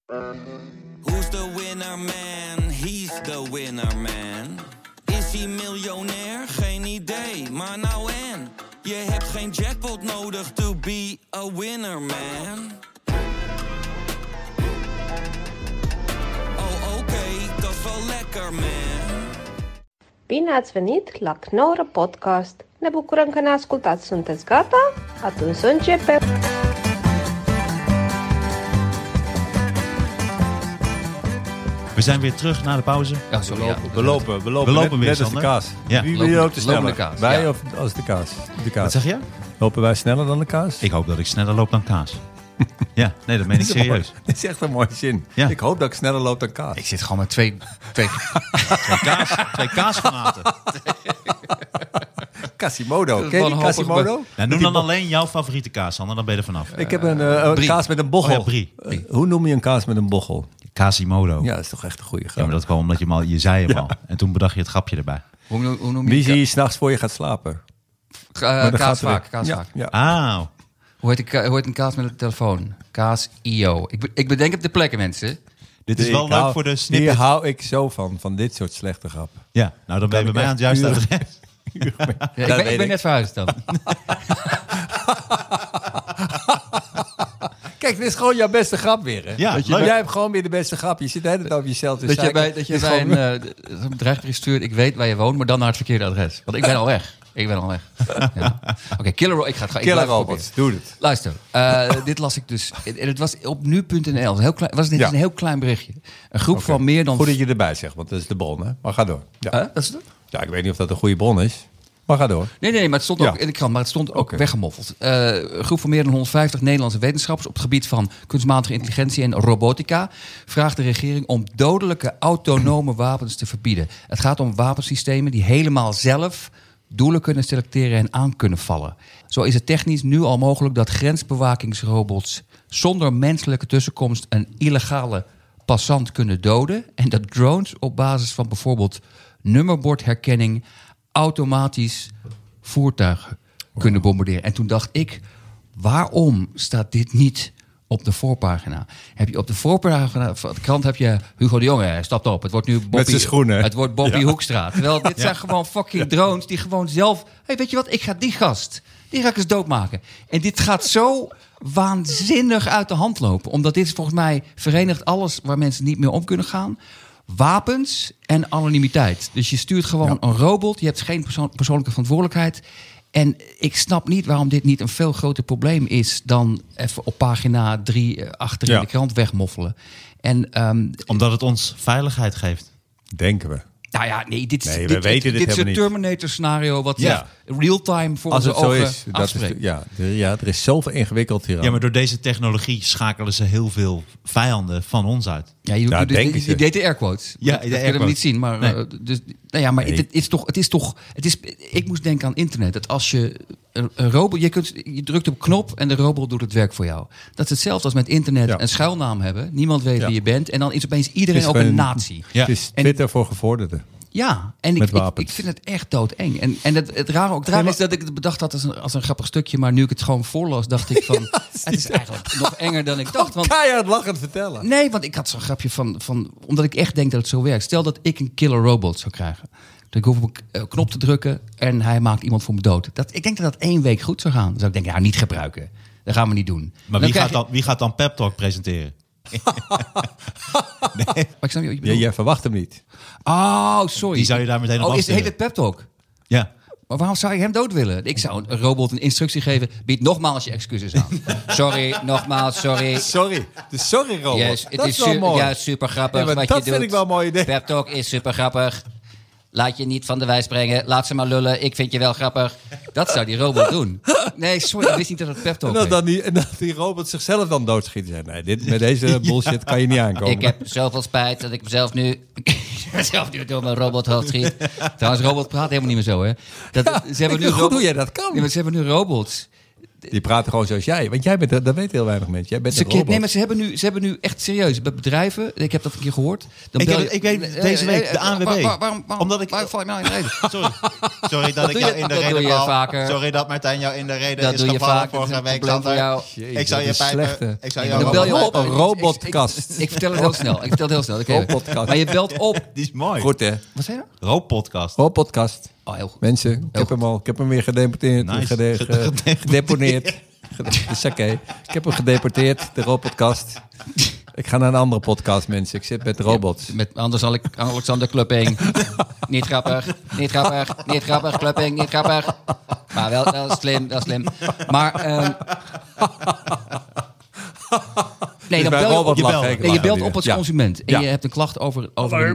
Who's the winner man? He's the winner man. Is hij miljonair? Geen idee, maar nou en. Je hebt geen jackpot nodig to be a winner man. Oh oké, dat is wel lekker man. Bine ați venit la Knorr Podcast! Ne bucurăm că ne ascultați. Sunteți gata? Atunci să începem! We zijn weer terug na de pauze. Ja, sorry, We lopen weer, net als de kaas. Ja. Wie loopt er sneller? de kaas, Wij ja. of als de kaas? De kaas. Wat zeg je? Lopen wij sneller dan de kaas? Ik hoop dat ik sneller loop dan kaas. Ja, nee, dat meen ik serieus. Dit is echt een mooie zin. Ja. Ik hoop dat ik sneller loop dan kaas. Ik zit gewoon met twee Twee kaasgranaten. Quasimodo. Dat Ken je die wanhopig Quasimodo? Nou, noem dan alleen jouw favoriete kaas, Sander, dan ben je er vanaf. Ik heb een Brie. kaas met een bochel. Oh ja, Brie. Hoe noem je een kaas met een bochel? Quasimodo. Ja, dat is toch echt een goede Ja, grap. maar dat kwam omdat je zei hem al. En toen bedacht je het grapje erbij. Hoe noem Wie je zie je s'nachts voor je gaat slapen? Maar dan gaat kaasvaak? het weer. Ja. Ah, Hoe heet een kaas met een telefoon? Kaas IO. Ik bedenk op de plekken, mensen. dit is wel leuk voor de Hier snippet. hou ik zo van dit soort slechte grappen. Ja, nou dan ben je bij mij aan het juiste adres. Ja, ik ben net verhuisd dan. Kijk, dit is gewoon jouw beste grap weer. Hè? Ja, leuk. Jij hebt gewoon weer de beste grap. Je zit de hele tijd over jezelf te Dat je zeiken. bij Dit is een gewoon- bedrijfsbericht stuurt. Ik weet waar je woont, maar dan naar het verkeerde adres. Want ik ben al weg. Ja. Oké, Killer. Ik ga het gewoon. Killer robots, doe het. Luister, dit las ik dus. En het was op nu.nl. Dit is een heel klein berichtje. Een groep van meer dan... Goed dat je erbij zegt, want dat is de bron. Hè? Maar ga door. Ja. Dat is het? Ja, ik weet niet of dat een goede bron is. Maar ga door. Nee, maar het stond Ja. ook in de krant, maar het stond ook Oké. weggemoffeld. Een groep van meer dan 150 Nederlandse wetenschappers op het gebied van kunstmatige intelligentie en robotica vraagt de regering om dodelijke autonome wapens te verbieden. Het gaat om wapensystemen die helemaal zelf doelen kunnen selecteren en aan kunnen vallen. Zo is het technisch nu al mogelijk dat grensbewakingsrobots zonder menselijke tussenkomst een illegale passant kunnen doden en dat drones op basis van bijvoorbeeld nummerbordherkenning automatisch voertuigen kunnen bombarderen. En toen dacht ik, waarom staat dit niet op de voorpagina? Heb je op de voorpagina van de krant heb je Hugo de Jonge, hij stapt op. Het wordt nu Bobby, zijn schoenen. Het wordt Bobby Hoekstra. Terwijl dit zijn gewoon fucking drones die gewoon zelf... Hey, weet je wat, ik ga die gast, die ga ik eens doodmaken. En dit gaat zo waanzinnig uit de hand lopen. Omdat dit volgens mij verenigt alles waar mensen niet meer om kunnen gaan. Wapens en anonimiteit. Dus je stuurt gewoon een robot. Je hebt geen persoonlijke verantwoordelijkheid. En ik snap niet waarom dit niet een veel groter probleem is dan even op pagina 3 achter in de krant wegmoffelen. En, Omdat het ons veiligheid geeft. Denken we. nou ja, nee, dit is Nee, we weten dit dit is een helemaal niet. Terminator-scenario wat Ja. real-time voor Als onze het zo ogen is. Dat is afspreekt. er is zoveel ingewikkeld hier aan. Ja, maar door deze technologie schakelen ze heel veel vijanden van ons uit. Ja, je denken ze. deed de airquotes. Ja, dat de kunnen we airquotes. niet zien. Maar, Nee. dus, nou ja, maar Nee. het is. Ik moest denken aan internet. Dat als je een robot, je drukt op een knop en de robot doet het werk voor jou. Dat is hetzelfde als met internet Ja. een schuilnaam hebben. Niemand weet Ja. wie je bent. En dan is opeens iedereen Het is ook gewoon- een nazi. Ja. Het is Twitter voor gevorderden. Ja, en Met ik wapens. vind het echt doodeng. En het rare ook eraan is dat ik het bedacht had als een grappig stukje. Maar nu ik het gewoon voorlas, dacht ik van... het is eigenlijk nog enger dan ik dacht. Want Keihard lachend vertellen. nee, want ik had zo'n grapje van... Omdat ik echt denk dat het zo werkt. Stel dat ik een killer robot zou krijgen. Dan hoef ik op een knop te drukken en hij maakt iemand voor me dood. Ik denk dat 1 week goed zou gaan. Dan zou ik denken, niet gebruiken. Dat gaan we niet doen. Maar Dan wie krijg gaat, wie gaat dan Pep Talk presenteren? Maar ik snap je wat je bedoelt. Jij verwacht hem niet. Oh, sorry. Die zou je daar meteen op Oh, is afstellen. het pep talk? Ja. Maar waarom zou je hem dood willen? Ik zou een robot een instructie geven. Bied nogmaals je excuses aan. Sorry, nogmaals, sorry. Sorry. De sorry robot. Yes, het dat is is wel mooi. ja, super grappig Ja, maar wat dat je doet. vind ik wel een mooi idee. Pep talk is super grappig. Laat je niet van de wijs brengen. Laat ze maar lullen. Ik vind je wel grappig. Dat zou die robot doen. Nee, sorry. Ik wist niet dat het pep talk En was. dat die robot zichzelf dan doodschiet. Nee, met deze bullshit kan je niet aankomen. Ik heb zoveel spijt dat ik mezelf nu door mijn robothoofd schiet. Trouwens, robot praat helemaal niet meer zo, hè? Ze hebben nu Goed hoe jij dat kan. Nee, maar ze hebben nu robots. Die praten gewoon zoals jij. Want jij bent, dat weten heel weinig mensen. Jij bent een robot. Nee, maar ze hebben nu echt serieus. Bij bedrijven, ik heb dat een keer gehoord. Dan Ik weet deze week de ANWB. Waarom val je nou in de reden? Sorry dat ik jou in de dat doe reden je val. vaker. Sorry dat Martijn jou in de reden Dat is doe je gevallen vaak. vorige week. Probleem voor jou. Ik zou je pijpen. Ik zou jou Dan bel je op. Een robotkast. Ik vertel het heel snel. Robotkast. Maar je belt op. Die is mooi. Goed, hè? Wat zei je nou? Roodpodcast. Robotkast. Oh, heel goed. Mensen, ik heb hem weer gedeporteerd. Nice. Gedeponeerd. Dat is oké. Ik heb hem gedeporteerd, de robotkast. Ik ga naar een andere podcast, mensen. Ik zit met robots. Anders zal ik Alexander Klupping. Niet grappig, Klupping, niet grappig. Maar wel, dat is slim. Maar, nee, dan bij bel robot je op. lachen, ik Je lach belt niet. op als Ja. consument. En Ja. je hebt een klacht over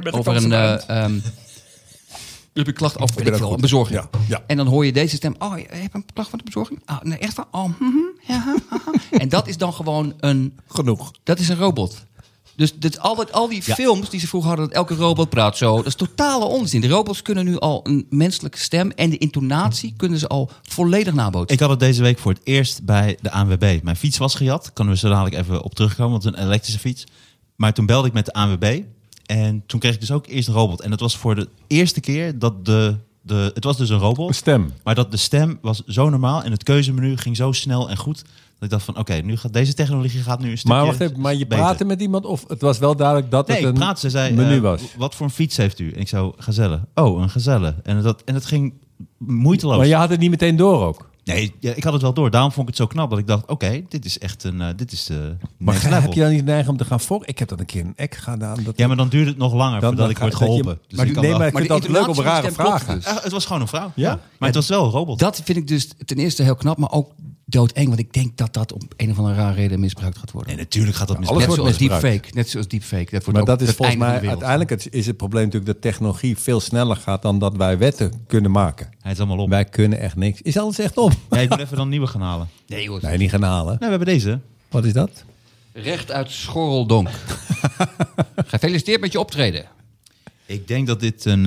een bezorging. Ja. Ja. En dan hoor je deze stem. Oh, je hebt een klacht van de bezorging? Oh, nee, echt waar? Oh, ja. En dat is dan gewoon Genoeg. dat is een robot. Dus al die films die ze vroeger hadden, dat elke robot praat zo. Dat is totale onzin. De robots kunnen nu al een menselijke stem en de intonatie kunnen ze al volledig nabootsen. Ik had het deze week voor het eerst bij de ANWB. Mijn fiets was gejat. Kunnen we zo dadelijk even op terugkomen, want het is een elektrische fiets. Maar toen belde ik met de ANWB. En toen kreeg ik dus ook eerst een robot. En dat was voor de eerste keer dat het was dus een robot. Een stem. Maar dat de stem was zo normaal en het keuzemenu ging zo snel en goed. Dat ik dacht van oké, nu gaat deze technologie gaat nu een stukje Maar wacht even, maar je beter. praatte met iemand of het was wel duidelijk dat Nee, het ik een praatte. Ze zei, menu was? wat voor een fiets heeft u? En ik zou Gazelle. Oh, een Gazelle. En dat ging moeiteloos. Maar je had het niet meteen door ook. Nee, ja, ik had het wel door. Daarom vond ik het zo knap dat ik dacht, oké, dit is echt dit is de Maar next level. heb je dan niet de neiging om te gaan fokken? Ik heb dat een keer een ek gedaan. Dat Ja, maar dan duurt het nog langer voordat ik word geholpen. Dus maar ik kan nee, wel- maar ik vind de dat leuk op intonatie rare van de stem klopt vragen. dus. Het was gewoon een vrouw. Ja. Maar het was wel een robot. Dat vind ik dus ten eerste heel knap, maar ook doodeng. Want ik denk dat dat om een of andere rare reden misbruikt gaat worden. En natuurlijk gaat dat alles misbruikt. wordt Net zoals deepfake. Dat wordt Maar ook dat is het volgens einde van mij de wereld. uiteindelijk is het probleem natuurlijk dat technologie veel sneller gaat dan dat wij wetten kunnen maken. Hij is allemaal op. Wij kunnen echt niks. Is alles echt op? Ja, ik moet even dan nieuwe gaan halen. Nee, joh. Nee, niet gaan halen. Nee, we hebben deze. Wat is dat? Recht uit Schorreldonk. Gefeliciteerd met je optreden. Ik denk dat dit een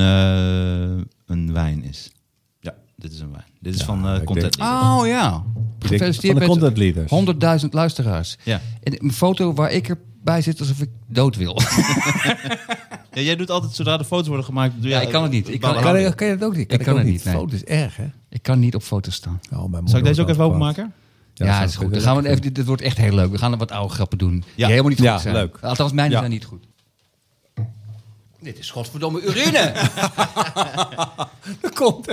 wijn is. Ja, dit is een wijn. Dit is van ik Content denk- Leader. Oh ja. Gefeliciteerd van de met content leaders. 100.000 luisteraars. Ja. En een foto waar ik erbij zit alsof ik dood wil. Ja, jij doet altijd, zodra de foto's worden gemaakt... Doe Ja, jij- ik kan het niet. Ik kan- Kan je dat ook niet? Ik kan ook het niet, nee. Foto is erg, hè? Ik kan niet op foto's staan. Oh, mijn Zal moeder ik deze ook was even altijd openmaken? Ja, dat is goed. Dan gaan we even, dit wordt echt heel leuk. We gaan er wat oude grappen doen. Die helemaal niet goed Ja, zijn. leuk. Althans, mijn Ja. zijn niet goed. Dit is godverdomme urine. De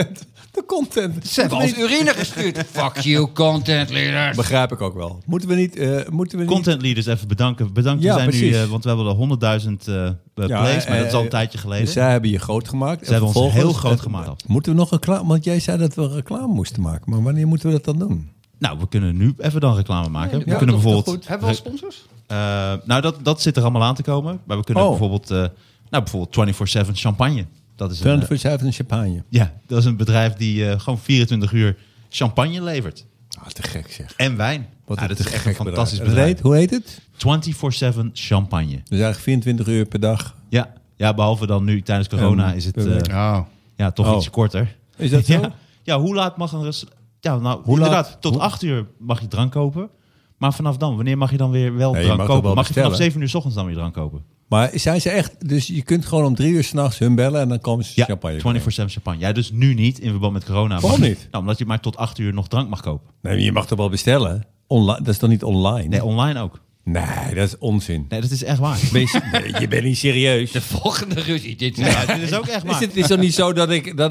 content. Ze hebben ons urine gestuurd. Fuck you, content leaders. Begrijp ik ook wel. Moeten we niet... Content Leaders even bedanken. Bedankt, Ja, we zijn precies. nu... want we hebben al 100.000 plays, maar dat is al een tijdje geleden. Dus zij hebben je groot gemaakt. Ze hebben ons vervolgens- heel groot gemaakt. Moeten we nog reclame... Want jij zei dat we reclame moesten maken. Maar wanneer moeten we dat dan doen? Nou, we kunnen nu even dan reclame maken. Ja, we kunnen toch bijvoorbeeld... goed. Hebben we al sponsors? nou, dat zit er allemaal aan te komen. Maar we kunnen Oh. bijvoorbeeld 24/7 champagne. Dat is een, 24/7 champagne. ja, dat is een bedrijf die gewoon 24 uur champagne levert. Ah, te gek zeg. En wijn. Wat Ja, een dat te is echt gek een fantastisch bedrijf. bedrijf. Hoe heet het? 24/7 champagne. Dus eigenlijk 24 uur per dag. Ja, behalve dan nu tijdens corona is het per week. toch Oh. iets korter. Is dat zo? Ja, hoe laat mag een Ja, nou, Hoe inderdaad, laat? tot 8 uur mag je drank kopen. Maar vanaf dan, wanneer mag je dan weer wel Ja, je drank mag kopen? toch wel Mag je vanaf bestellen? 7 uur 's ochtends dan weer drank kopen? Maar zijn ze echt... Dus je kunt gewoon om 3 uur 's nachts hun bellen en dan komen ze Ja, champagne 24/7 champagne. Ja, dus nu niet in verband met corona. Waarom Mag- niet? Nou, omdat je maar tot 8 uur nog drank mag kopen. Nee, maar je mag toch wel bestellen? Online, dat is toch niet online? Nee, online ook. Nee, dat is onzin. Nee, dat is echt waar. Nee, je bent niet serieus. De volgende ruzie. Dit Ja, dit is ook echt waar. Het is toch niet zo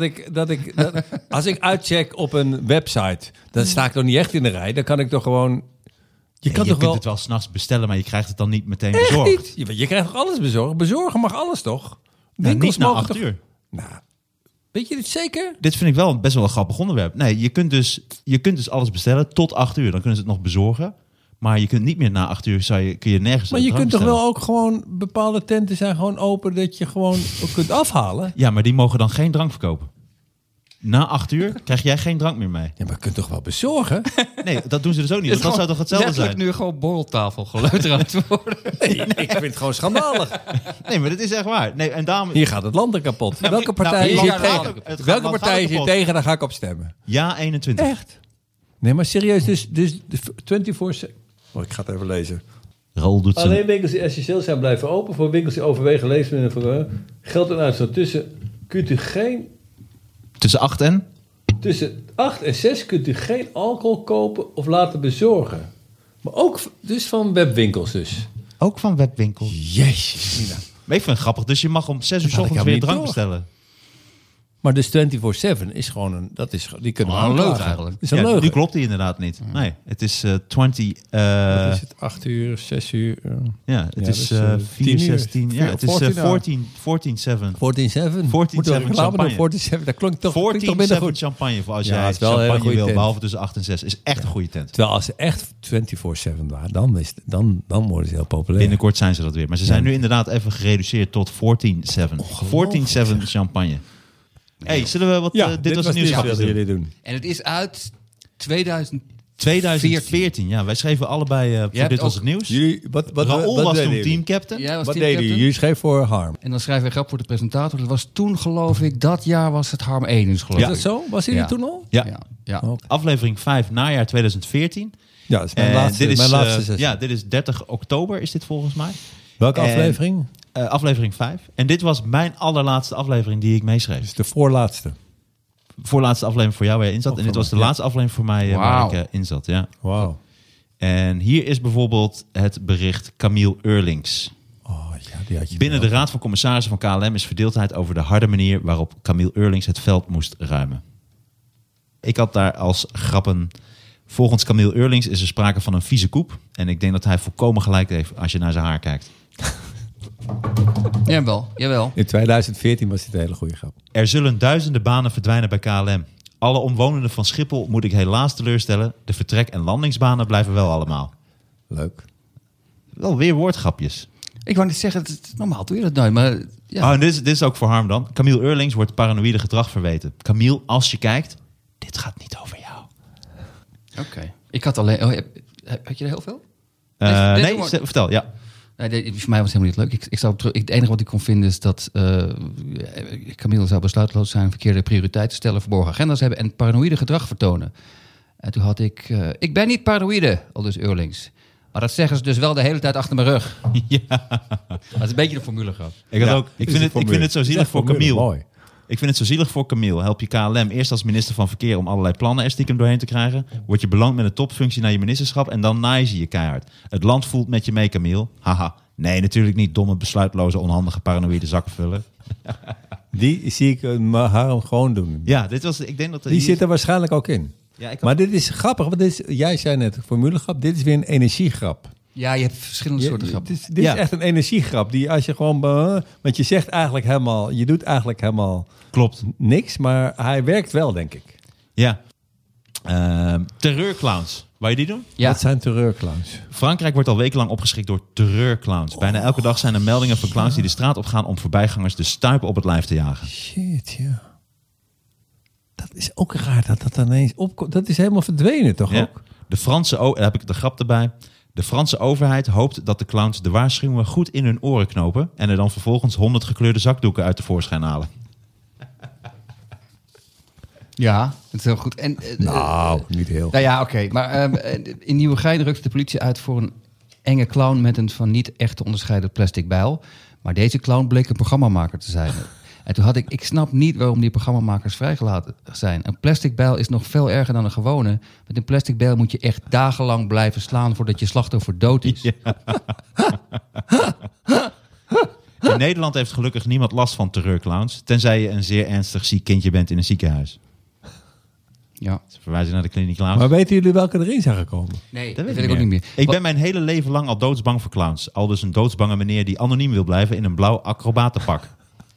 dat als ik uitcheck op een website, dan sta ik toch niet echt in de rij. Dan kan ik toch gewoon... Je kan je toch kunt wel... het wel 's nachts bestellen, maar je krijgt het dan niet meteen Echt bezorgd. niet? Je krijgt toch alles bezorgd? Bezorgen mag alles toch? Nou, Winkels niet na mogen 8 toch... uur. Nou, weet je dit zeker? Dit vind ik wel best wel een grappig onderwerp. Nee, je kunt dus alles bestellen tot 8 uur. Dan kunnen ze het nog bezorgen. Maar je kunt niet meer na 8 uur, kun je nergens Maar je drank kunt toch bestellen. wel ook gewoon... Bepaalde tenten zijn gewoon open dat je gewoon ook kunt afhalen? Ja, maar die mogen dan geen drank verkopen. Na 8 uur krijg jij geen drank meer mee. Ja, maar je kunt toch wel bezorgen? Nee, dat doen ze dus ook niet. Want dat zou toch hetzelfde zijn? nu gewoon borreltafel geleuter aan het worden. Nee, ik vind het gewoon schandalig. Nee, maar dit is echt waar. Nee, en daarom... Hier gaat het land er kapot. Welke nou, partij hier is hier gaat het tegen? land- het gaat Welke land partij is hier kapot. tegen? Daar ga ik op stemmen. Ja, 21. Echt? Nee, maar serieus, dus 24/7... Oh, ik ga het even lezen. Raoul doet Alleen zijn... winkels die essentieel zijn blijven open. Voor winkels die overwegen levensmiddelen voor geld en uitstoot. Tussen 8 en? Tussen 8 en 6 kunt u geen alcohol kopen of laten bezorgen. Maar ook dus van webwinkels dus. Ook van webwinkels. Jezus, Mina. Maar ik vind het grappig. Dus je mag om 6 uur 's had ik ochtends helemaal weer niet drank door. bestellen. Maar dus 24/7 is gewoon een... Dat is, die kunnen we Oh, een aanklagen. leugen eigenlijk. Is een Ja, leugen. nu klopt die inderdaad niet. Nee, het is 20... Wat is het 8 uur, 6 uur? ja, het Ja, is dus, 4, 10 uur. 16... Ja, het is 14, 14-7. 14/7. 14/7 champagne. 14/7, dat klinkt toch minder 14-7 goed. champagne voor als Ja, jij het is wel een hele champagne goede wil, tent. behalve tussen 8 en 6. Is echt een goede tent. Terwijl als ze echt 24/7 waren, dan worden ze heel populair. Binnenkort zijn ze dat weer. Maar ze zijn nu inderdaad even gereduceerd tot 14-7. 14-7 champagne. Hey, zullen we wat... dit was het nieuwsgrapje wat jullie doen. En het is uit 2014. 2014, ja. Wij schreven allebei voor hebt Dit Was ook- Het Nieuws. Jullie, Raoul was deden toen jullie? teamcaptain. Jij was Wat teamcaptain. deden jullie? Jullie schreven voor Harm. En dan schrijven we grap voor de presentator. Dat was toen, geloof ik, dat jaar was het Harm 1 is, geloof Is ik. dat zo? Was jullie Ja. toen al? Ja. Ja. Oh. Aflevering 5, najaar 2014. Ja, dat is mijn En laatste, dit is, mijn laatste sessie. ja, dit is 30 oktober is dit volgens mij. Welke En- aflevering? Aflevering 5. En dit was mijn allerlaatste aflevering die ik meeschreef. Dus de voorlaatste. Voorlaatste aflevering voor jou waar je in zat. Ook En dit voor was de mij, ja. laatste aflevering voor mij Wauw. waar ik in zat. Ja. Wauw. En hier is bijvoorbeeld het bericht Camille Eurlings. Oh ja, die had je Binnen de wel. Raad van Commissarissen van KLM is verdeeldheid over de harde manier waarop Camille Eurlings het veld moest ruimen. Ik had daar als grappen... Volgens Camille Eurlings is er sprake van een vieze koep. En ik denk dat hij volkomen gelijk heeft als je naar zijn haar kijkt. Jawel. In 2014 was dit een hele goede grap. Er zullen duizenden banen verdwijnen bij KLM. Alle omwonenden van Schiphol moet ik helaas teleurstellen. De vertrek- en landingsbanen blijven wel allemaal. Leuk. Wel weer woordgrapjes. Ik wou niet zeggen, normaal doe je dat nooit, maar ja. Oh, en dit is ook voor Harm dan. Camille Eurlings wordt paranoïde gedrag verweten. Camille, als je kijkt, dit gaat niet over jou. Oké. Ik had alleen... Oh, had je er heel veel? Nee, vertel, ja. Nee, voor mij was het helemaal niet leuk. Ik zou het enige wat ik kon vinden is dat Camille zou besluiteloos zijn, verkeerde prioriteiten stellen, verborgen agenda's hebben en paranoïde gedrag vertonen. En toen had ik ben niet paranoïde, al dus Eurlings. Maar dat zeggen ze dus wel de hele tijd achter mijn rug. Ja. Dat is een beetje de formule grap. Ik, had Ja, ook, dit ik, is vind de het, ik vind het zo zielig voor Camille. Mooi. Ik vind het zo zielig voor Camille. Help je KLM eerst als minister van Verkeer om allerlei plannen er stiekem doorheen te krijgen. Word je beloond met een topfunctie naar je ministerschap en dan naaien ze je keihard. Het land voelt met je mee, Camille. Haha. Nee, natuurlijk niet. Domme, besluitloze, onhandige, paranoïde zakvullen. Die zie ik Harm gewoon doen. Ja, dit was. Ik denk dat Die zit er waarschijnlijk ook in. Ja, ik had- Maar dit is grappig, want jij zei net formulegrap. Dit is weer een energiegrap. Ja, je hebt verschillende soorten grappen. Dit Ja. is echt een energiegrap. Die als je gewoon... want je zegt eigenlijk helemaal... Je doet eigenlijk helemaal Klopt. niks, maar hij werkt wel, denk ik. Ja. Terreurclowns. Wou je die doen? Ja. Dat zijn terreurclowns. Frankrijk wordt al wekenlang opgeschrikt door terreurclowns. Bijna elke dag zijn er meldingen van clowns die de straat opgaan om voorbijgangers de stuipen op het lijf te jagen. Shit, ja. Dat is ook raar dat dat ineens opkomt. Dat is helemaal verdwenen, toch Ja. ook? De Franse, daar heb ik de grap erbij. De Franse overheid hoopt dat de clowns de waarschuwingen goed in hun oren knopen en er dan vervolgens 100 gekleurde zakdoeken uit tevoorschijn halen. Ja, dat is heel goed. En, Niet heel. nou ja, oké. Maar in Nieuwegein rukte de politie uit voor een enge clown met een van niet echt te onderscheiden plastic bijl. Maar deze clown bleek een programmamaker te zijn. En toen had ik snap niet waarom die programmamakers vrijgelaten zijn. Een plastic bijl is nog veel erger dan een gewone. Met een plastic bijl moet je echt dagenlang blijven slaan voordat je slachtoffer dood is. In Nederland heeft gelukkig niemand last van terreurclowns, tenzij je een zeer ernstig ziek kindje bent in een ziekenhuis. Ja. Ze verwijzen naar de kliniek clowns. Maar weten jullie welke erin zijn gekomen? Nee, Dat dat weet ik ook niet meer. Ik ben mijn hele leven lang al doodsbang voor clowns. Al dus een doodsbange meneer die anoniem wil blijven in een blauw acrobatenpak.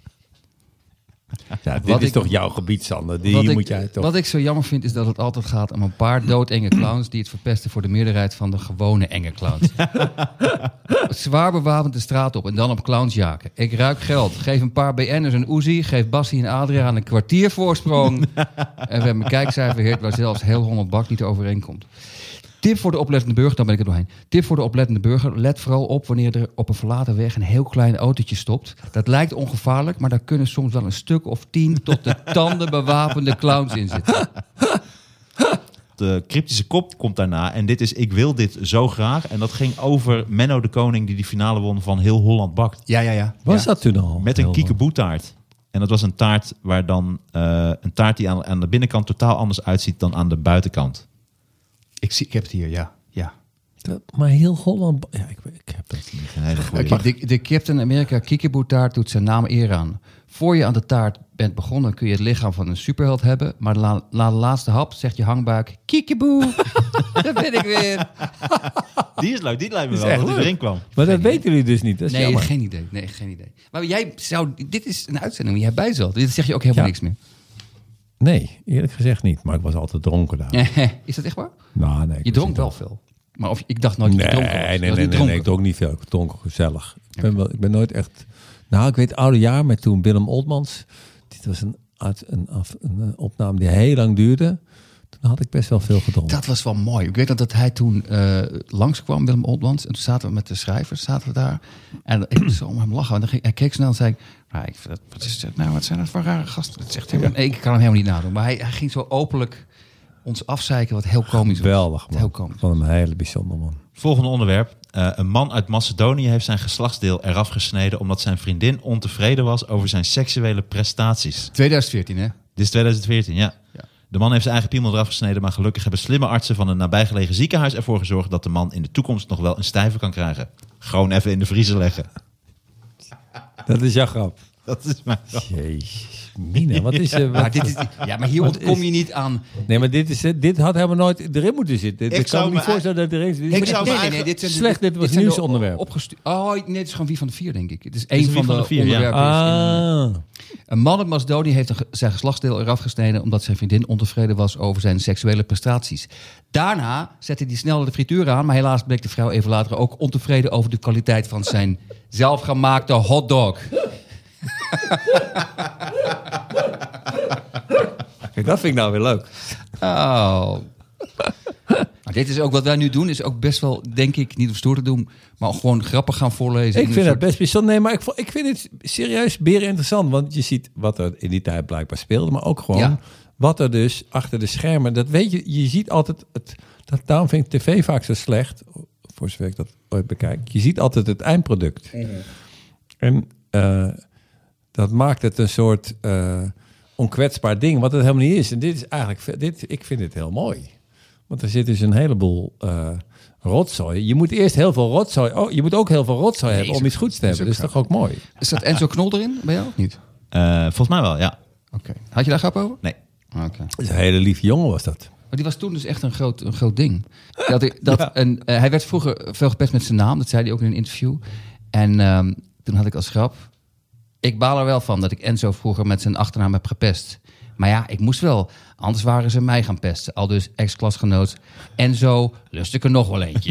Ja, dit Wat is ik- toch jouw gebied, Sander? Die moet jij toch... Wat ik zo jammer vind is dat het altijd gaat om een paar doodenge clowns die het verpesten voor de meerderheid van de gewone enge clowns. Zwaar bewapend de straat op en dan op clowns jagen. Ik ruik geld. Geef een paar BN'ers een Uzi. Geef Bassie en Adriaan een kwartier voorsprong. En we hebben een kijkcijfer heert waar zelfs heel 100 bak niet overeenkomt. Tip voor de oplettende burger, dan ben ik er doorheen. Tip voor de oplettende burger, let vooral op wanneer er op een verlaten weg een heel klein autootje stopt. Dat lijkt ongevaarlijk, maar daar kunnen soms wel een stuk of 10 tot de tanden bewapende clowns in zitten. de cryptische kop komt daarna. En dit is Ik wil dit zo graag. En dat ging over Menno de Koning die finale won van Heel Holland Bakt. Ja. Was dat toen al? Met een kiekeboetaart. En dat was een taart waar dan een taart die aan de binnenkant totaal anders uitziet dan aan de buitenkant. Ik heb het hier, ja. Maar heel Holland... Ja, ik heb dat niet. Een hele goeie. Okay, de Captain America kiekeboetaart doet zijn naam eer aan. Voor je aan de taart bent begonnen kun je het lichaam van een superheld hebben. Maar na de laatste hap zegt je hangbuik... Kiekeboe, daar ben ik weer. Die is leuk, die lijkt me is wel echt dat die leuk. erin kwam. Maar dat weten jullie dus niet. Dat is Nee, jammer. geen idee. Maar dit is een uitzending waar jij bij zat. Dit zeg je ook helemaal Ja. niks meer. Nee, eerlijk gezegd niet. Maar ik was altijd dronken daar. Is dat echt waar? Nou, nee, ik Je was dronk niet wel dronken. veel. Maar ik dacht nooit dat je dronken was. Nee, ik dronk niet veel. Ik dronk gezellig. Ik ben nooit echt... Nou, ik weet oude jaar met toen Willem Oltmans. Dit was een opname die heel lang duurde. Toen had ik best wel veel gedronken. Dat was wel mooi. Ik weet dat hij toen langskwam, Willem Oltmans. En toen zaten we met de schrijvers daar. En ik moest zo om hem lachen. En hij keek snel en zei... wat zijn dat voor rare gasten? Dat is echt helemaal, nee, ik kan hem helemaal niet nadoen. Maar hij ging zo openlijk ons afzeiken wat heel komisch was. Geweldig, man. Heel komisch. Ik vond hem een hele bijzonder, man. Volgende onderwerp. Een man uit Macedonië heeft zijn geslachtsdeel eraf gesneden omdat zijn vriendin ontevreden was over zijn seksuele prestaties. 2014, hè? Dit is 2014, ja. De man heeft zijn eigen piemel eraf gesneden, maar gelukkig hebben slimme artsen van een nabijgelegen ziekenhuis ervoor gezorgd dat de man in de toekomst nog wel een stijve kan krijgen. Gewoon even in de vriezer leggen. Dat is jouw grap. Dat is mijn grap. Jezus, Mina, wat is... Maar hier ontkom je niet aan... Nee, maar dit had helemaal nooit erin moeten zitten. Ik kan me niet voorstellen dat het erin zit. Ik zou Nee, dit zijn Slecht, dit was zijn de nieuwsonderwerp. nee, het is gewoon Wie van de Vier, denk ik. Het is is één Wie van van de de Vier, ja. onderwerpen. Een man uit Macedonië heeft zijn geslachtsdeel eraf gesneden omdat zijn vriendin ontevreden was over zijn seksuele prestaties. Daarna zette hij snel de frituur aan, maar helaas bleek de vrouw even later ook ontevreden over de kwaliteit van zijn zelfgemaakte hotdog. Kijk, dat vind ik nou weer leuk. Oh. Maar dit is ook wat wij nu doen, is ook best wel, denk ik, niet om stoer te doen, maar gewoon grappig gaan voorlezen. Ik vind het best bijzonder. Nee, maar ik vind het serieus beren interessant. Want je ziet wat er in die tijd blijkbaar speelde. Maar ook gewoon wat er dus achter de schermen... Dat weet je, je ziet altijd... Daarom vind ik tv vaak zo slecht. Voor zover ik dat ooit bekijk. Je ziet altijd het eindproduct. En dat maakt het een soort onkwetsbaar ding. Wat het helemaal niet is. En dit is eigenlijk... Ik vind dit heel mooi. Want er zit dus een heleboel... rotzooi. Je moet eerst heel veel rotzooi... Oh, je moet ook heel veel rotzooi hebben om iets goeds te hebben. Dat is toch ook mooi? Is dat Enzo Knol erin bij jou of niet? Volgens mij wel, ja. Oké. Had je daar grap over? Nee. Oké. Dat is een hele lieve jongen was dat. Maar die was toen dus echt een groot ding. Hij werd vroeger veel gepest met zijn naam. Dat zei hij ook in een interview. En toen had ik als grap... Ik baal er wel van dat ik Enzo vroeger met zijn achternaam heb gepest. Maar ja, ik moest wel. Anders waren ze mij gaan pesten. Al dus ex-klasgenoot. Enzo, lust ik er nog wel eentje.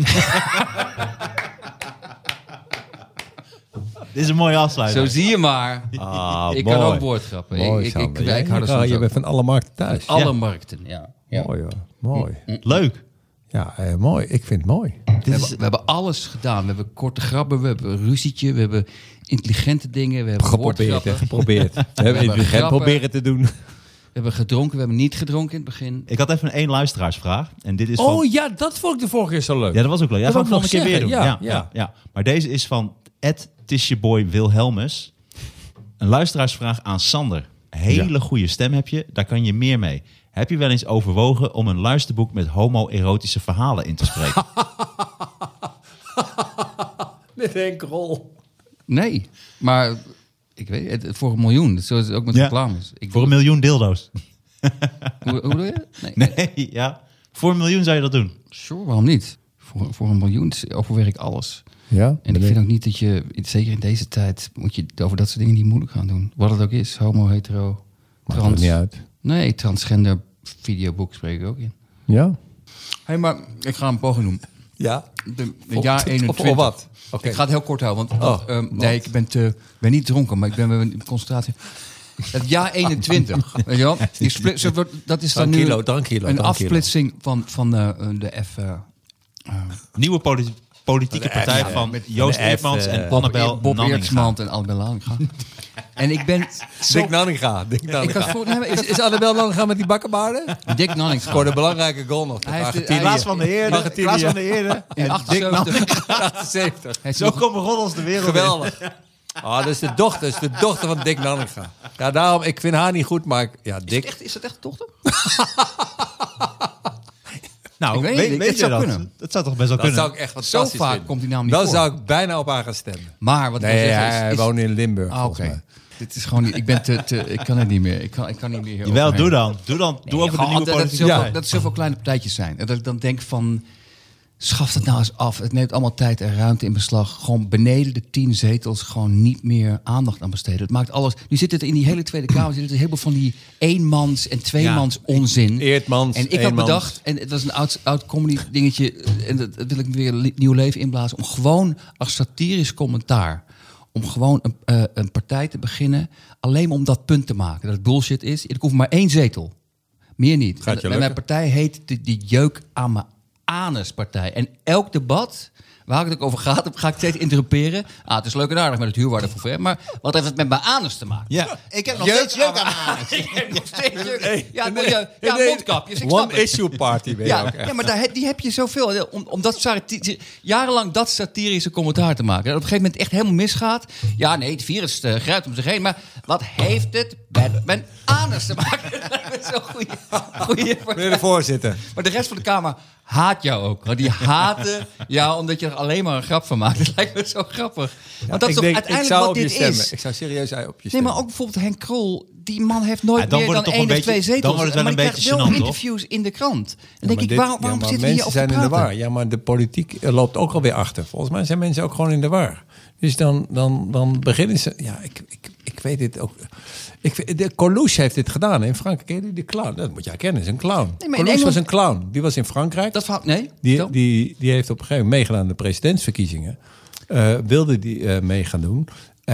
Dit is een mooie afsluiting. Zo zie je maar. Ik kan ook woordgrappen. Mooi, Ik Sander. wijk harder soms je ook. bent van alle markten thuis. Alle markten, ja. Mooi hoor. Mooi. Leuk. Ja, mooi. Ik vind het mooi. We hebben alles gedaan. We hebben korte grappen, we hebben een ruzietje, we hebben intelligente dingen, we hebben woordgrappen. Geprobeerd. We hebben hebben het grappen. proberen te doen. We hebben gedronken, we hebben niet gedronken in het begin. Ik had even één luisteraarsvraag. En dit is van... Oh ja, dat vond ik de vorige keer zo leuk. Ja, dat was ook leuk. Ja, Dat gaan we wou ik volgende keer nog weer doen. zeggen. Ja. Maar deze is van @tisjeboy Wilhelmus. Een luisteraarsvraag aan Sander. Hele goede stem heb je, daar kan je meer mee. Heb je wel eens overwogen om een luisterboek met homoerotische verhalen in te spreken? Met Henk Krol. Nee, maar ik weet het, voor 1 miljoen. Zo is het ook met reclames. Voor 1 miljoen dildo's. Hoe doe je dat? Nee, ja. Voor 1 miljoen zou je dat doen. Sure, waarom niet? Voor 1 miljoen overweeg ik alles. Ja, En ik vind ook niet dat je, zeker in deze tijd, moet je over dat soort dingen niet moeilijk gaan doen. Wat het ook is, homo, hetero, maakt het niet uit. Nee, transgender videoboek spreek ik ook in. Ja? Hey, maar ik ga een poging doen. Ja. De jaar 21. Of wat? Okay. Ik ga het heel kort houden, want nee, ik ben niet dronken, maar ik ben in concentratie. Het jaar 21, weet je wel? Dat is dan nu een afsplitsing van de F... Nieuwe politieke partij van Joost Eerdmans en Annabel Bob Nanninga. Eertsmans en Annabel Nanninga. En ik ben zo... Dick Nanninga. Is Annabel Nanninga met die bakkenbaarden? Dick Nanninga. Scoorde een belangrijke goal nog. Hij heeft Klaas van der Heerde. in 78. Zo komen roddels de wereld in. Geweldig. Dat is de dochter van Dick Nanninga. Ja, daarom, ik vind haar niet goed, maar Dick... Is dat echt de dochter? Nou, Ik weet niet, weet het je zou dat? kunnen. Dat zou toch best wel Dat kunnen? zou ik echt Zo fantastisch vaak vinden. komt die naam niet Dan voor. zou ik bijna op haar gaan stemmen. Maar wat ik wil Nee, zeggen hij is... woont in Limburg, Ah, volgens oké. mij. Dit is gewoon niet... Ik ben ik kan het niet meer. Ik kan niet meer... Jawel, overheen. doe dan. Doe over de Gewoon nieuwe dat politieke partij. er zoveel kleine partijtjes zijn. En dat ik dan denk van... Schaf dat nou eens af. Het neemt allemaal tijd en ruimte in beslag. Gewoon beneden de 10 zetels gewoon niet meer aandacht aan besteden. Het maakt alles... Nu zit het in die hele Tweede Kamer... zit het een heleboel van die eenmans- en tweemans onzin. Eertmans, En ik had eenmans. bedacht... En het was een oud comedy dingetje... En dat wil ik weer nieuw leven inblazen... om gewoon als satirisch commentaar... om gewoon een partij te beginnen... alleen maar om dat punt te maken. Dat het bullshit is. Ik hoef maar 1 zetel. Meer niet. Gaat je En lukken? mijn partij heet die Jeuk aan mijn anuspartij. En elk debat waar het ook over gaat, ga ik steeds interrumperen. Het is leuk en aardig met het huurwaardeforfait, maar wat heeft het met mijn anus te maken? Ja, ik heb nog steeds jeuk aan mijn anus. Ik heb nog steeds jeuk. Nee. Mondkapjes. Ik snap het. One issue party ben je ook echt. Ja, maar die heb je zoveel. Om dat jarenlang dat satirische commentaar te maken. Dat op een gegeven moment echt helemaal misgaat. Ja, nee, het virus grijpt om zich heen. Maar wat heeft het met mijn anus te maken? Dat lijkt me zo'n goede Meneer de voorzitter. Maar de rest van de Kamer haat jou ook. Want die haten jou omdat je er alleen maar een grap van maakt. Dat lijkt me zo grappig. Want dat is toch uiteindelijk wat dit is. Ik zou serieus op je Nee, stemmen. maar ook bijvoorbeeld Henk Krol. Die man heeft nooit dan meer wordt dan het toch 1 een of 2 beetje- zetels. dan wordt het wel maar een die beetje krijgt wel gênant, toch? interviews in de krant. Dan denk maar ik, waarom zitten we hier mensen over zijn te in de praten? war. Ja, maar de politiek loopt ook alweer achter. Volgens mij zijn mensen ook gewoon in de war. Dus dan beginnen ze... Ja, ik weet dit ook. De Coluche heeft dit gedaan hè, in Frankrijk. Ken je die clown? Dat moet jij kennen, is een clown. Nee, maar in Coluche Engeland- was een clown. Die was in Frankrijk. Dat verhaal, nee? Die heeft op een gegeven moment meegedaan aan de presidentsverkiezingen. Wilde die mee gaan doen.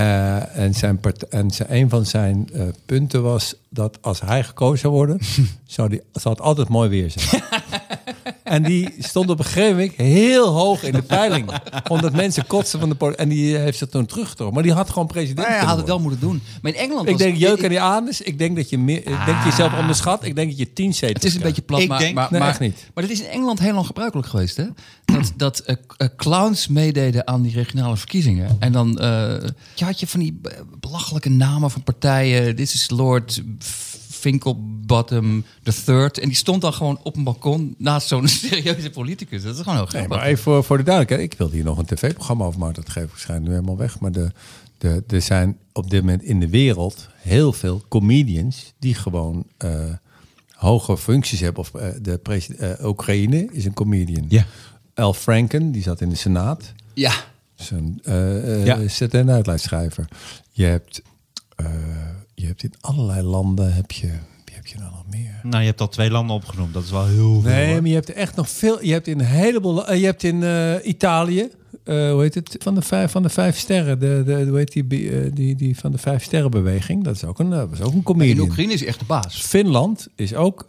En een van zijn punten was dat als hij gekozen zou worden, zou het altijd mooi weer zijn. En die stond op een gegeven moment heel hoog in de peiling. Omdat mensen kotsen van de politiek. En die heeft zich toen teruggetrokken. Maar die had gewoon president Maar hij had het kunnen wel moeten doen. Maar in Engeland worden. Ik was- denk jeuk aan die anus. Ik denk dat je jezelf onderschat. Ik denk dat je 10 zetels Het is een beetje plat, Ik maar, denk- maar, Nee, maar, echt niet. maar het is in Engeland heel lang gebruikelijk geweest, hè? Dat clowns meededen aan die regionale verkiezingen. En dan had je van die belachelijke namen van partijen. Dit is Lord Finkelbottom III. En die stond dan gewoon op een balkon naast zo'n serieuze politicus. Dat is gewoon heel Nee, grappig. maar even voor de duidelijkheid. Ik wilde hier nog een tv-programma over maken. Dat geef ik waarschijnlijk nu helemaal weg. Maar er zijn op dit moment in de wereld heel veel comedians die gewoon hoge functies hebben. Of Oekraïne is een comedian. Ja. Al Franken, die zat in de Senaat. Ja. Zet een uitleidsschrijver. Je hebt in allerlei landen heb je nou nog meer? Nou, je hebt al 2 landen opgenoemd. Dat is wel heel veel. Nee, hoor. maar je hebt er echt nog veel. Je hebt in een heleboel. Je hebt in Italië. Hoe heet het? Van de 5 sterren. Hoe heet die van de 5 sterrenbeweging? Dat is ook een In comedian. Oekraïne is echt de baas. Finland is ook.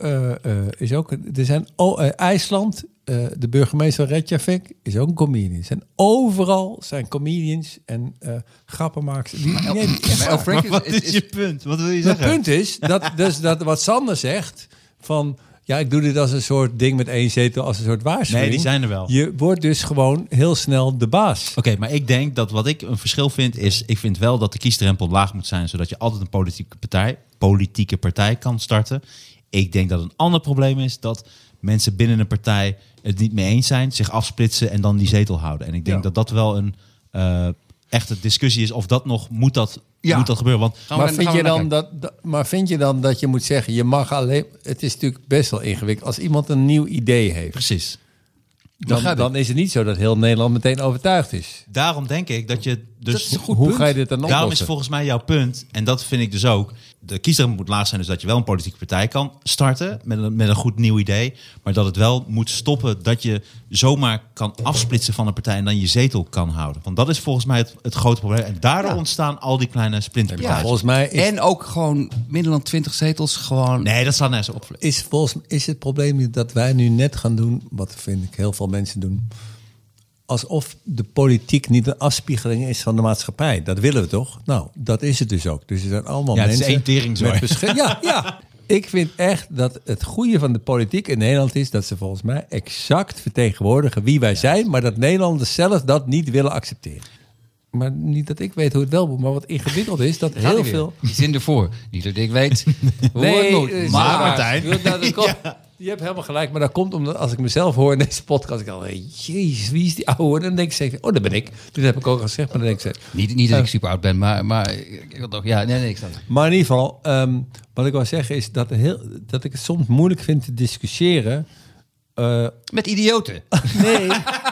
Er zijn IJsland. De burgemeester Reykjavik is ook een comedian. Overal zijn comedians en grappenmakers. Wat is je punt? Wat wil je Het zeggen? punt is dat wat Sander zegt van ja, ik doe dit als een soort ding met 1 zetel, als een soort waarschuwing. Nee, die zijn er wel. Je wordt dus gewoon heel snel de baas. Oké, maar ik denk dat wat ik een verschil vind is... ik vind wel dat de kiesdrempel laag moet zijn... zodat je altijd een politieke partij kan starten. Ik denk dat een ander probleem is dat mensen binnen een partij het niet mee eens zijn... zich afsplitsen en dan die zetel houden. En ik denk dat dat wel een echte discussie is... of dat nog moet dat gebeuren. Want Maar vind je dan dat je moet zeggen, je mag alleen... Het is natuurlijk best wel ingewikkeld. Als iemand een nieuw idee heeft, precies. dan is het niet zo dat heel Nederland meteen overtuigd is. Daarom denk ik dat je... Dus Dat is een goed Hoe punt. ga je dit dan oplossen? Daarom is volgens mij jouw punt, en dat vind ik dus ook... de kiesdrempel moet laag zijn, dus dat je wel een politieke partij kan starten... met een goed nieuw idee, maar dat het wel moet stoppen... dat je zomaar kan afsplitsen van een partij... en dan je zetel kan houden. Want dat is volgens mij het grote probleem. En daardoor ontstaan al die kleine splinterpartijen. Volgens mij En ook gewoon minder dan 20 zetels gewoon... Nee, dat staat nergens op. is het probleem niet dat wij nu net gaan doen... wat vind ik heel veel mensen doen... alsof de politiek niet een afspiegeling is van de maatschappij. Dat willen we toch? Nou, dat is het dus ook. Dus er zijn allemaal Ja, het mensen is één teringzooi. Ja. Ik vind echt dat het goede van de politiek in Nederland is dat ze volgens mij exact vertegenwoordigen wie wij zijn, maar dat Nederlanders zelf dat niet willen accepteren. Maar niet dat ik weet hoe het wel moet, maar wat ingewikkeld is, dat heel veel... Die zin ervoor. Niet dat ik weet hoe het moet. maar Martijn. Je hebt helemaal gelijk, maar dat komt omdat als ik mezelf hoor in deze podcast, ik al, jezus, wie is die ouwe? Dan denk ik zeker, dat ben ik. Dat heb ik ook al gezegd, maar dan denk ik zeker. Niet dat ik super oud ben, maar ik wil toch... Ja, nee, ik snap het. Maar in ieder geval, wat ik wil zeggen is dat ik het soms moeilijk vind te discussiëren. Met idioten. Nee.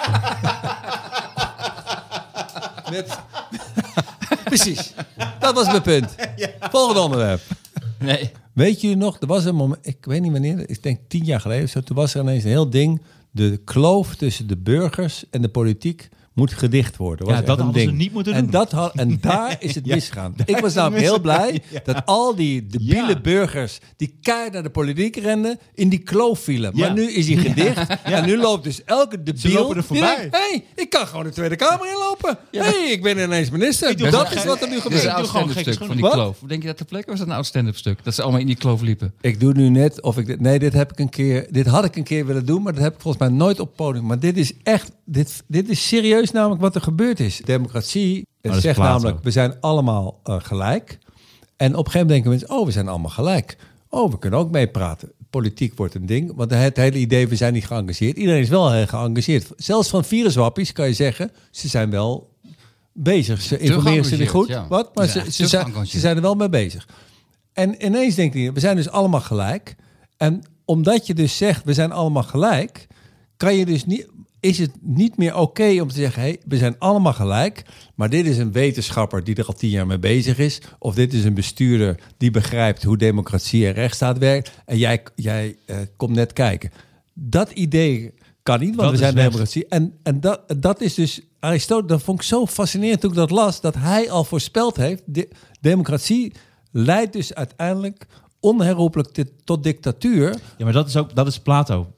Precies. Dat was mijn punt. Volgende onderwerp. Nee. Weet je nog, er was een moment, ik weet niet wanneer, ik denk 10 jaar geleden of zo, toen was er ineens een heel ding. De kloof tussen de burgers en de politiek moet gedicht worden. Was Ja, echt dat een hadden ze ding. niet moeten en doen. En daar is het misgegaan. daar Ik is was het namelijk heel blij misgegaan, ja. dat al die debiele burgers die keihard naar de politiek renden, in die kloof vielen. Maar Ja. nu is hij gedicht en nu loopt dus elke debiel... lopen er voorbij. die denkt, hey, ik kan gewoon de Tweede Kamer inlopen. Hey, ik ben ineens minister. doe Dat gewoon is wat er nu Dat is gebeurt. een oud doe gewoon stand-up gekke stuk van die Wat? kloof. Denk je dat ter plekke of was dat een oud stand-up stuk? Dat ze allemaal in die kloof liepen. Ik doe nu net of ik dit... Nee, dit had ik een keer willen doen, maar dat heb ik volgens mij nooit op het podium. Maar dit is echt... Dit is serieus namelijk wat er gebeurd is. Democratie dat is zegt Plato. namelijk, we zijn allemaal gelijk. En op een gegeven moment denken mensen, we zijn allemaal gelijk. We kunnen ook meepraten. Politiek wordt een ding, want het hele idee, we zijn niet geëngageerd. Iedereen is wel heel geëngageerd. Zelfs van viruswappies kan je zeggen, ze zijn wel bezig. Ze informeren zich niet goed. Ja. Wat? Maar ze zijn er wel mee bezig. En ineens denk je, we zijn dus allemaal gelijk. En omdat je dus zegt, we zijn allemaal gelijk, kan je dus niet, is het niet meer oké om te zeggen, hey, we zijn allemaal gelijk, maar dit is een wetenschapper die er al 10 jaar mee bezig is, of dit is een bestuurder die begrijpt hoe democratie en rechtsstaat werkt, en jij komt net kijken. Dat idee kan niet, want Dat we is zijn weg. democratie. En dat is dus Aristoteles, dat vond ik zo fascinerend toen ik dat las, dat hij al voorspeld heeft, democratie leidt dus uiteindelijk onherroepelijk tot dictatuur. Ja, maar dat is Plato.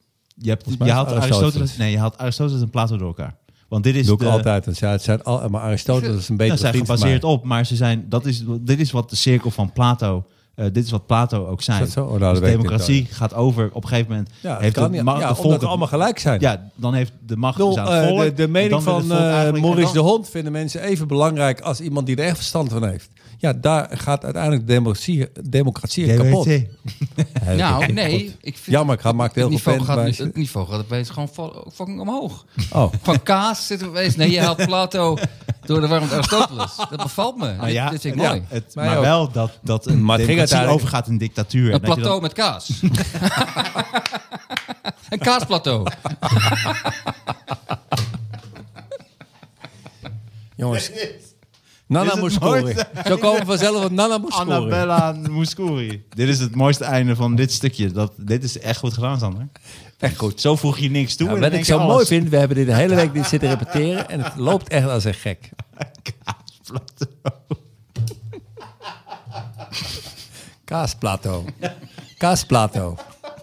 Je mij is haalt Aristoteles. Aristoteles. Nee, je haalt Aristoteles en Plato door elkaar. Want dit is Doe ik altijd. Want het zijn maar Aristoteles is een betere zijn vriend van gebaseerd mij. op, maar dit is wat de cirkel van Plato. Dit is wat Plato ook zei. Is dat zo? Oh, nou, dat dus weet ik democratie niet. gaat over. Op een gegeven moment Ja, heeft kan, de ja. macht, Ja, de omdat volk we allemaal gelijk zijn. Ja, dan heeft de macht dus aan het volk. De En dan mening wil van het volk eigenlijk- Maurice en de dan- Hond vinden mensen even belangrijk als iemand die er echt verstand van heeft. Ja, daar gaat uiteindelijk democratie kapot. Nou, nee. Ik vind Jammer, ik maak het heel veel het niveau gaat opeens gewoon fucking omhoog. Oh. Van kaas zitten we opeens. Nee, je haalt Plato door de warmte Aristoteles. Dat bevalt me. Nou ja, dit vind ik ja, mooi. Mij maar ook. wel dat een Maar het ging democratie uiteindelijk- overgaat in dictatuur. Een En dat je plateau dan- met kaas. Een kaasplateau. Jongens. Nana Dit is het Mouskouri. mooiste. Zo komen we vanzelf op Nana Mouskouri. Annabella Mouskouri. Dit is het mooiste einde van dit stukje. Dit is echt goed gedaan, Sander. Echt goed. Zo voeg je niks toe. Ja, en wat dan ik denk zo je mooi alles. vind, we hebben dit de hele week dit zitten repeteren en het loopt echt als een gek. Kaasplateau. Kaasplateau.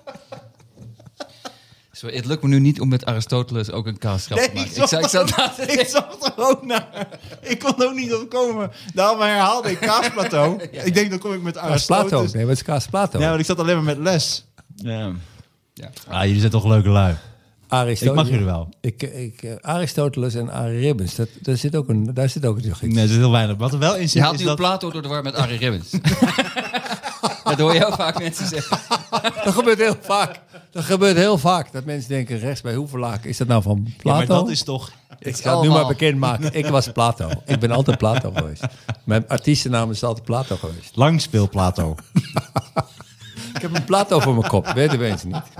Sorry, het lukt me nu niet om met Aristoteles ook een kaasgrap te maken. Ik zag er ook naar. Ik kon ook niet opkomen. Daarom herhaalde ik kaasplateau. Ik denk, dan kom ik met Kaasplateau. Aristoteles. Nee, wat is kaasplateau? Ja, want ik zat alleen maar met les. Ja. Ja. Jullie zijn toch leuke lui. Aristoteles. Ik mag jullie wel. Aristoteles en Arie Ribbens, daar zit ook een Nee, er is heel weinig. Wat er wel in Je zit, haalt is nu dat... Plato door de war met Arie Ribbens. Dat hoor je heel vaak mensen zeggen. Dat gebeurt heel vaak. Dat mensen denken, rechts bij Hoevelaak, is dat nou van Ja, Plato? maar dat is toch... Ik ga het nu allemaal. maar bekendmaken. Ik was Plato. Ik ben altijd Plato geweest. Mijn artiestennaam is altijd Plato geweest. Langspeel Plato. Ik heb een Plato voor mijn kop. Weten mensen niet.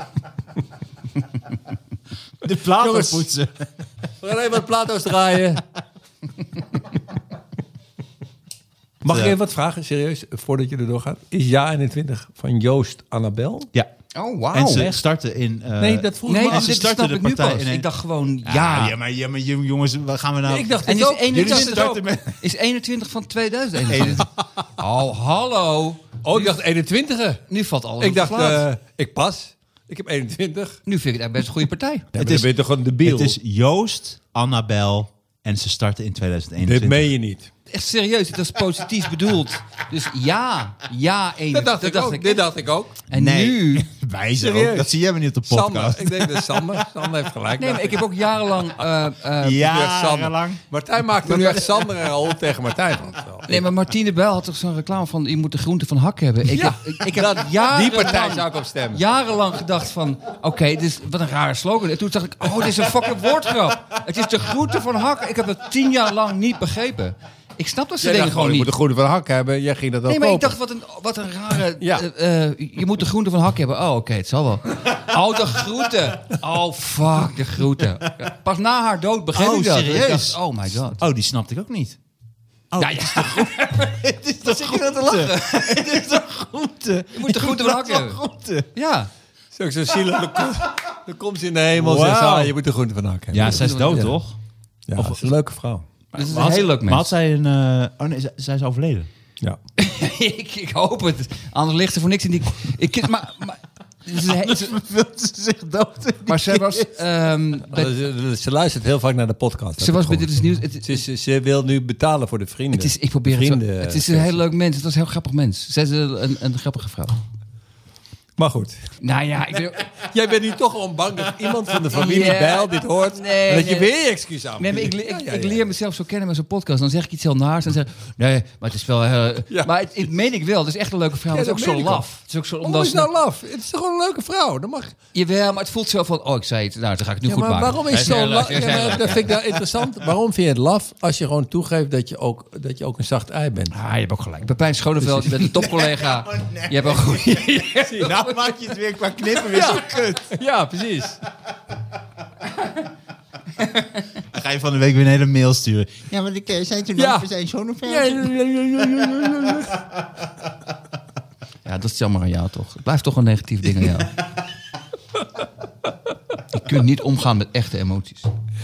De Plato Jongens. poetsen. We gaan even wat Plato's draaien. Mag ik even wat vragen, serieus, voordat je erdoor gaat? Is Ja 21 van Joost Annabel? Ja. Oh, wauw. En ze starten in... Nee, dat vroeg Nee, ik me als af. ze dit starten snap de ik nu partij pas. in een- Ik dacht gewoon, Ja, maar jongens, wat gaan we nou... Ik dacht En het is ook. 21 starten ook? met- Is 21 van 2021? Oh, hallo. Oh, ik dacht 21e. Nu valt alles Ik op de dacht, plaats. ik pas. Ik heb 21. Nu vind ik het eigenlijk best een goede partij. Ja, maar dan ben je toch gewoon debiel? Het is Joost Annabel. En ze starten in 2021. Dit meen je niet. Echt serieus, het was positief bedoeld. Dus ja, Enes. Dat dacht ik. Dit dacht ik ook. En Nee. nu... Wij zijn Serieus? ook. Dat zie jij maar niet op de podcast. Sander. Ik denk dat Sander heeft gelijk. Nee, maar ik heb ook jarenlang... Jarenlang. Martijn maakte nu echt Sander en Raoul tegen Martijn. Nee, maar Martine Bijl had toch zo'n reclame van... je moet de groente van hak hebben. Ik heb Die partij zou ik op stemmen. jarenlang gedacht van... oké, dus wat een rare slogan. En toen dacht ik, dit is een fucking woordgrap. Het is de groente van hak. Ik heb het 10 jaar lang niet begrepen. Ik snap dat ze dingen gewoon je niet. moet de groente van hak hebben. Jij ging dat ook Nee, maar ik kopen. dacht, wat een rare... Ja. je moet de groente van hak hebben. Oh, oké, het zal wel. Oh, de groente. Oh, fuck, de groente. Pas na haar dood begreep ik dat. serieus? Ik dacht, oh my god. Oh, die snapte ik ook niet. Oh, Ja, het is de groente. te lachen? Het is de groente. Je moet de groente van hak hebben. Groente. Ja. Is ook zo zielig. Dan komt ze in de hemel en zegt Wauw. je moet de groente van hak hebben. Ja, zij is dood, Ja. toch? Ja, dat is een leuke vrouw. Dus het is Maar een had heel ze- leuk Maar had mens. zij een... oh nee, zij is overleden. Ja. ik hoop het. Anders ligt ze voor niks in die... maar het is een he- Wil ze zich dood? maar zij was... Ze luistert heel vaak naar de podcast. ze was bij Dit is Nieuws... Ze wil nu betalen voor de vrienden. ik probeer het zo. Vrienden- Het is een heel leuk mens. Het was een heel grappig mens. Zij is een grappige vrouw. Maar goed. Nou ja, Jij bent nu toch gewoon bang dat iemand van de familie Ja. Bijl dit hoort. Nee, en dat je nee. weer je excuus aan Nee, maar biedt. ik leer mezelf zo kennen met zo'n podcast. Dan zeg ik iets heel naars. En zeg ik, nee, maar het is wel... Ja. Maar het meen ik wel. Het is echt een leuke vrouw. Ja, Het is ook dat zo meen ik laf. Het is ook zo... Waarom is nou laf? Het is toch gewoon een leuke vrouw? Dat mag. Jawel, maar het voelt zo van... Oh, ik zei het. Nou, dan ga ik het nu Ja, goed maar maken. waarom is het Hij zo heel laf? leuk, hij is heel leuk. Dat vind ik nou interessant. Waarom vind je het laf als je gewoon toegeeft dat je ook een zacht ei bent? Ah, je hebt ook gelijk. Pepijn Schoneveld, je bent een topcollega. Je hebt ook goed... Nou maak je het weer qua knippen weer zo kut. Ja, precies. Dan ga je van de week weer een hele mail sturen. Ja, maar ik zei toen Ja. we zijn zo'n Ja, dat is jammer aan jou toch. Het blijft toch een negatief ding aan jou. Je kunt niet omgaan met echte emoties.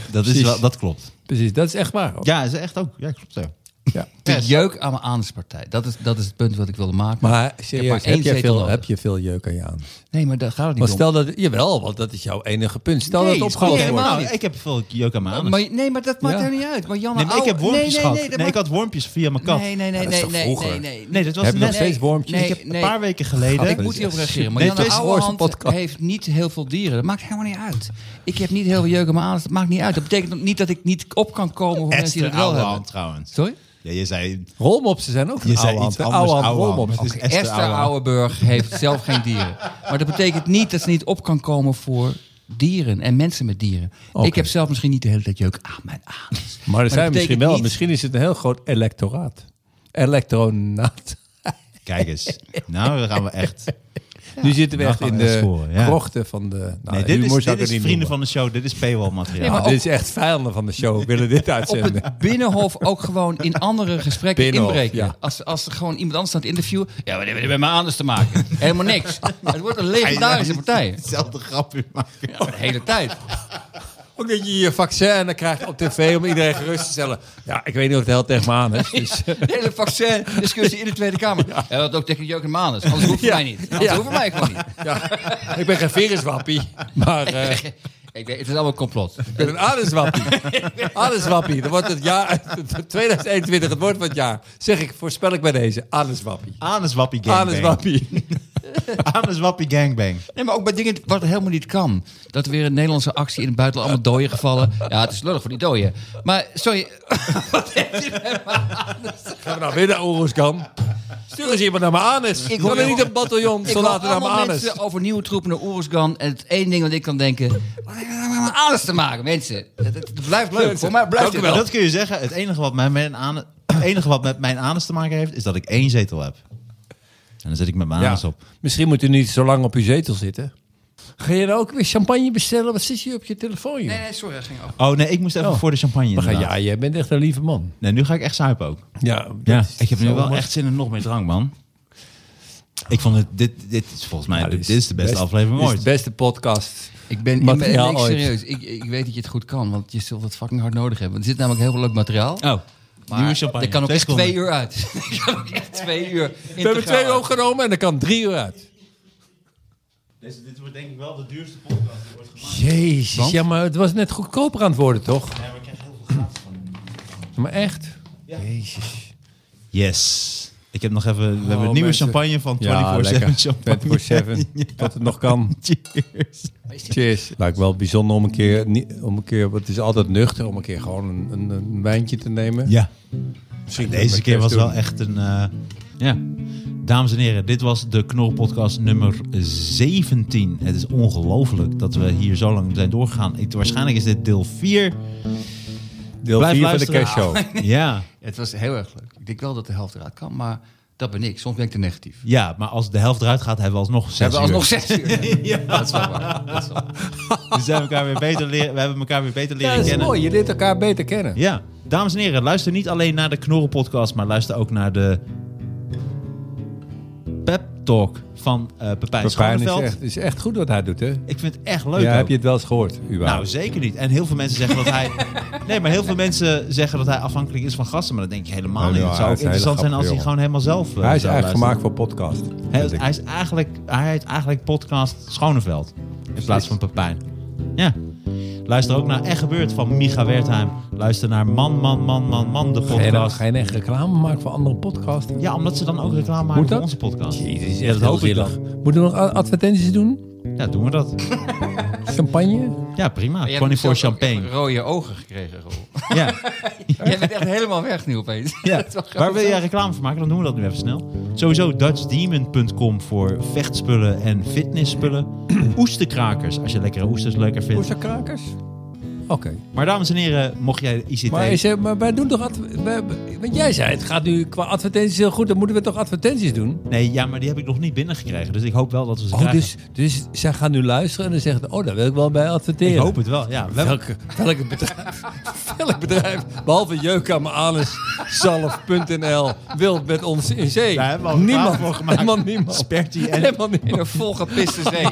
Dat klopt. Precies, dat is echt waar. hoor. Ja, is echt ook. Ja, klopt zo. Ja. De jeuk aan mijn anuspartij. Dat is het punt wat ik wilde maken. Maar Ik serieus, heb maar één zetel nodig. heb je veel jeuk aan je aan? Nee, maar daar gaat het Want niet om. stel dat, jawel, want dat is jouw enige punt. Stel Nee, dat het opgehoogd nee, wordt. helemaal Nou, niet. ik heb veel jeuk aan mijn anus. Maar dat maakt Ja. er niet uit. Maar Janne, Nee, maar ik heb wormpjes gehad. dat Nee, maakt- ik had wormpjes via mijn kat. Nee, dat is toch vroeger? Nee, dat was Heb je nog net... steeds wormpjes? Ik heb een paar weken geleden... Ik moet hierop reageren. Maar Nee, Janne het is Ouwehand podcast. heeft niet heel veel dieren. Dat maakt helemaal niet uit. Ik heb niet heel veel jeuk aan mijn anus. Dat maakt niet uit. Dat betekent niet dat ik niet op kan komen voor mensen die Esther dat wel hebben. Ouwehand trouwens. Sorry? Ja, je zei... Rolmopsen zijn ook Je een zei oude iets hand. anders, Oude hand oude hand. rolmops. Het is Esther Esther Ouwenburg heeft zelf geen dieren. Maar dat betekent niet dat ze niet op kan komen voor dieren en mensen met dieren. Oké. Ik heb zelf misschien niet de hele tijd jeuk aan mijn anus. Maar er zijn dat misschien betekent wel. niet- Misschien is het een heel groot electoraat. Elektronaat. Kijk eens. Nou, dan gaan we echt... Nu zitten we Nou echt gaan in we de scoren, ja. krochten van de... Nou, Nee, dit humor is zou ik het niet vrienden noemen. van de show. Dit is paywall materiaal. Nee, maar Dit is echt vijanden van de show. Willen dit Op uitzenden. het Binnenhof ook gewoon in andere gesprekken Binnenhof, inbreken. ja. Als er gewoon iemand anders staat interviewen. Ja, wat heeft het met mijn anus te maken? Helemaal niks. Het wordt een legendarische partij. Hetzelfde grapje maken. De hele tijd. Ook dat je je vaccin en dan krijgt op tv om iedereen gerust te stellen. Ja, ik weet niet of het heel tegen me aan is. Dus, De hele vaccin-discussie in de Tweede Kamer. Ja, dat ook tegen jeuk en manus. Anders hoeft het mij niet. Anders hoeft het mij gewoon niet. ja, ik ben geen viruswappie, maar Ik weet, het is allemaal een complot. ik ben een anuswappie. Anuswappie, dat wordt het jaar 2021 het woord van het jaar. Zeg ik, voorspel ik bij deze. Anuswappie. Anuswappie gangbang. Anuswappie. Anuswappie gangbang. Nee, maar ook bij dingen wat helemaal niet kan. Dat er weer een Nederlandse actie in het buitenland allemaal dooien gevallen. Ja, het is lullig voor die dooien. Maar, sorry. Wat heeft u met mijn anus? Gaan we nou weer naar Oeruzgan? Stuur eens iemand naar mijn anus. Ik hoor- wil er niet een bataljon Ik hoor soldaten naar mijn allemaal anus. mensen over nieuwe troepen naar Oeruzgan. En het één ding wat ik kan denken... Wat heeft het nou met mijn anus te maken, mensen? Het blijft leuk. Voor mij blijft het Maar wel. dat kun je zeggen. Het enige wat met mijn anus te maken heeft, is dat ik 1 zetel heb. En dan zet ik met mijn anus op. Misschien moet u niet zo lang op uw zetel zitten. Ga je dan ook weer champagne bestellen? Wat zit je op je telefoon, joh? Nee, sorry, dat ging over. Oh nee, ik moest even voor de champagne Maar inderdaad. ja, jij bent echt een lieve man. Nee, nu ga ik echt zuipen ook. Ja, Ja, ik heb nu zo wel mooi. echt zin in nog meer drank, man. Ik vond het, dit is volgens mij, Ja, dit is de beste aflevering Dit is ooit. de beste podcast. Ik ben Materiaal nee, ooit. serieus. Ik weet dat je het goed kan, want je zult het fucking hard nodig hebben. Want er zit namelijk heel veel leuk materiaal. Oh, Maar nieuwe champagne. er kan ook 2 echt 2 uur uit. Er kan ook echt 2 uur. We hebben 2 uur opgenomen en er kan 3 uur uit. Dit wordt denk ik wel de duurste podcast die wordt gemaakt. Jezus, Want? ja, maar het was net goedkoper aan het worden, toch? Ja, we krijgen heel veel gratis van. Maar echt? Ja. Jezus. Yes. Ik heb nog even... We hebben nieuwe mensen. champagne van 24/7 lekker. champagne. 24/7, tot het nog kan. Cheers. Cheers. Lijkt wel bijzonder om een keer, het is altijd nuchter, om een keer gewoon een wijntje te nemen. Ja. Misschien Deze keer was wel echt een... ja. Dames en heren, dit was de Knorren podcast nummer 17. Het is ongelooflijk dat we hier zo lang zijn doorgegaan. Waarschijnlijk is dit deel 4. deel Blijf 4 van de luisteren. Cash Show. Ja. Het was heel erg leuk. Ik denk wel dat de helft eruit kan, maar dat ben ik. Soms ben ik te negatief. Ja, maar als de helft eruit gaat, hebben we alsnog 6 We hebben uur. alsnog 6 uur. Ja. Dat is wel waar. Dat is wel waar. Dus we hebben elkaar weer beter Ja, leren dat is kennen. mooi. Je leert elkaar beter kennen. Ja, dames en heren, luister niet alleen naar de Knorren podcast, maar luister ook naar de Pep Talk van Pepijn Pepijn Schoneveld. is echt goed wat hij doet, hè? Ik vind het echt leuk. Ja, ook. heb je het wel eens gehoord? Nou, Überhaupt? zeker niet. En heel veel mensen zeggen dat hij... Nee, maar heel veel mensen zeggen dat hij afhankelijk is van gasten. Maar dat denk je helemaal niet. Ja, Het zou hij ook is een interessant hele zijn als hij grappige gewoon helemaal zelf hij is zou eigenlijk luisteren. gemaakt voor podcast. Hij heet eigenlijk podcast Schoneveld. In plaats van Pepijn. Ja. Luister ook naar Echt Gebeurd van Micha Wertheim. Luister naar Man, de podcast. Ga je echt reclame maken voor andere podcasts? Ja, omdat ze dan ook reclame maken Moet voor dat? onze podcast. Jezus, is Ja, echt dat heel hoop ik zielig. dan. Moeten we nog advertenties doen? Ja, doen we dat. Champagne? Ja, prima. Maar jij 24 hebt zelf ook champagne. rode ogen gekregen, Roel. Ja. Jij bent echt helemaal weg nu opeens. Ja. Dat is wel grappig. Waar wil jij reclame voor maken? Dan doen we dat nu even snel. Sowieso DutchDemon.com voor vechtspullen en fitnessspullen. Oesterkrakers, als je lekkere oesters lekker vindt. Oesterkrakers? Oké. Maar dames en heren, mocht jij ICT... Maar wij doen toch... Want jij zei, het gaat nu qua advertenties heel goed. Dan moeten we toch advertenties doen? Nee, ja, maar die heb ik nog niet binnengekregen. Dus ik hoop wel dat we ze Oh, krijgen. dus zij gaan nu luisteren en dan zeggen... Oh, daar wil ik wel bij adverteren. Ik hoop het wel, ja. We hebben- Welk bedrijf, behalve jeukkameranus.zalf.nl wil met ons in zee? Daar hebben we al niemand reclame voor gemaakt. Helemaal niemand. Spertie en... Helemaal In niemand. een volgepiste zee.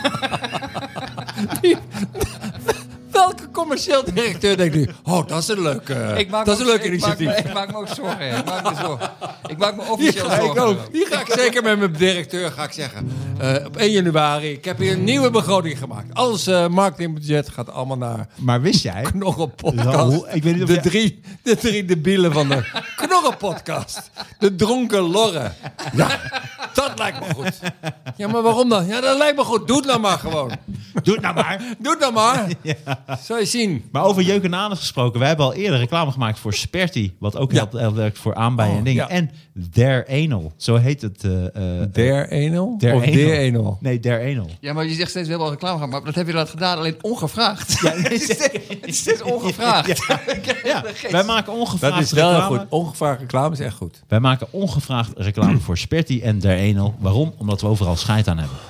Welke commercieel directeur denkt nu... Oh, dat is een leuk, initiatief. Ik maak me ook zorgen. Ik maak me zorgen. Ik maak me Hier officieel ga ik zorgen. ook. Hier ga ik zeker met mijn directeur zeggen. Op 1 januari, ik heb hier een nieuwe begroting gemaakt. Alles marketingbudget gaat allemaal naar Maar wist jij... Knorrenpodcast. Ik weet niet of de, jij- drie debielen van de Knorrenpodcast. De dronken lorren. Ja, dat lijkt me goed. Ja, maar waarom dan? Ja, dat lijkt me goed. Doe het nou maar gewoon. Doe het nou maar. Doe het nou maar. Zal je zien. Maar over jeuk en anus gesproken. Wij hebben al eerder reclame gemaakt voor Sperti. Wat ook heel werkt voor aanbijen en dingen. ja. En Der Anal. Zo heet het. Der Enel? Der Of Anal. Der Enel? Nee, Der Anal. Ja, maar je zegt steeds, we hebben al reclame gehad. Maar dat heb je laat gedaan, alleen ongevraagd. Ja, het is steeds ongevraagd. Ja, wij maken ongevraagd Dat is wel heel reclame. goed. Ongevraagd reclame is echt goed. Wij maken ongevraagd reclame voor Sperti en Der Anal. Waarom? Omdat we overal scheid aan hebben.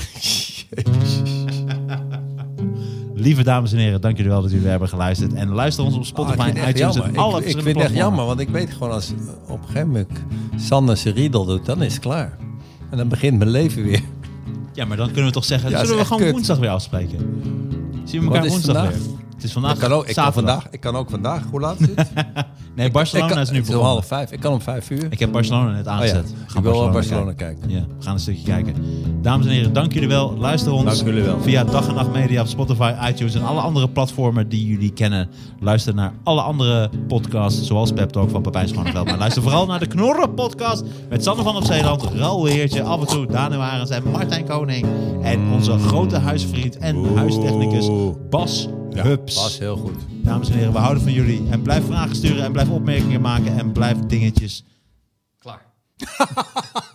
Lieve dames en heren, dank jullie wel dat jullie hebben geluisterd. En luister ons op Spotify en iTunes en alle Ik verschillende vind het echt platformen. jammer, want ik weet gewoon als op een gegeven moment Sander zijn riedel doet, dan is het klaar. En dan begint mijn leven weer. Ja, maar dan kunnen we toch zeggen, Ja, zullen we is echt gewoon kut. woensdag weer afspreken? Zien we elkaar Wat is woensdag vandaag? weer? Het is vandaag Ik kan ook vandaag. Hoe laat is het? Nee, Barcelona is nu Het is om begonnen. 1:30. Ik kan om 5:00. Ik heb Barcelona net aangezet. Oh ja, We gaan ik wil wel Barcelona kijken. Ja, we gaan een stukje kijken. Dames en heren, dank jullie wel. Luister ons Dank jullie wel. via Dag en Nacht Media op Spotify, iTunes en alle andere platformen die jullie kennen. Luister naar alle andere podcasts, zoals Pep Talk van Pepijn Schoneveld. Maar luister vooral naar de Knorren podcast met Sander van op Zeeland, Raoul Heertje, af en toe Daniel Arends en Martijn Koning. En onze grote huisvriend en huistechnicus Bas Hups. Was heel goed. Dames en heren, we houden van jullie. En blijf vragen sturen en blijf opmerkingen maken en blijf dingetjes. Klaar.